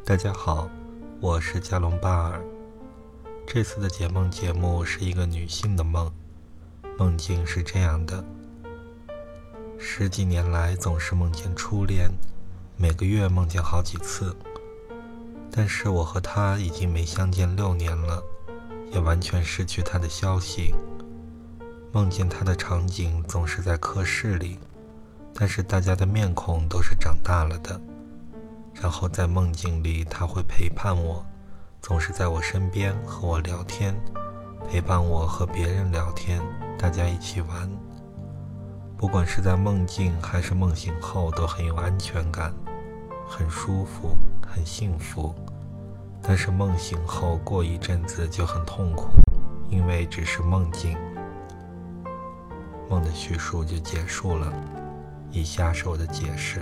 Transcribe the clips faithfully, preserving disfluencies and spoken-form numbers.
大家好，我是加隆巴尔。这次的解梦节目是一个女性的梦，梦境是这样的：十几年来总是梦见初恋，每个月梦见好几次，但是我和她已经没相见六年了，也完全失去她的消息。梦见她的场景总是在课室里，但是大家的面孔都是长大了的。然后在梦境里，她会陪伴我，总是在我身边和我聊天，陪伴我和别人聊天，大家一起玩。不管是在梦境还是梦醒后，都很有安全感，很舒服，很幸福。但是梦醒后过一阵子就很痛苦，因为只是梦境。梦的叙述就结束了，以下是我的解释。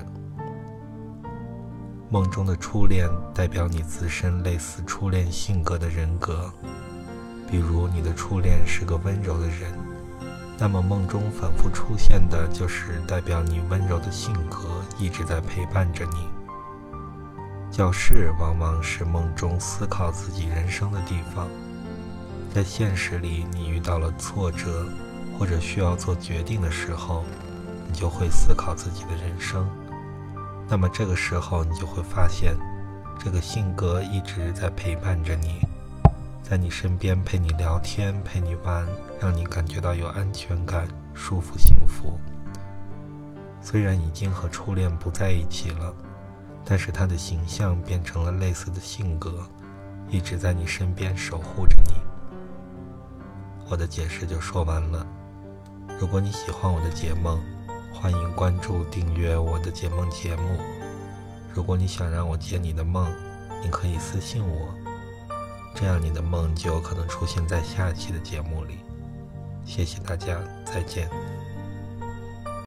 梦中的初恋代表你自身类似初恋性格的人格，比如你的初恋是个温柔的人，那么梦中反复出现的就是代表你温柔的性格一直在陪伴着你。教室往往是梦中思考自己人生的地方，在现实里你遇到了挫折或者需要做决定的时候，你就会思考自己的人生。那么这个时候你就会发现，这个性格一直在陪伴着你，在你身边陪你聊天，陪你玩，让你感觉到有安全感，舒服幸福。虽然已经和初恋不在一起了，但是他的形象变成了类似的性格，一直在你身边守护着你。我的解释就说完了。如果你喜欢我的解梦，欢迎关注订阅我的解梦节目。如果你想让我解你的梦，你可以私信我，这样你的梦就有可能出现在下一期的节目里。谢谢大家，再见。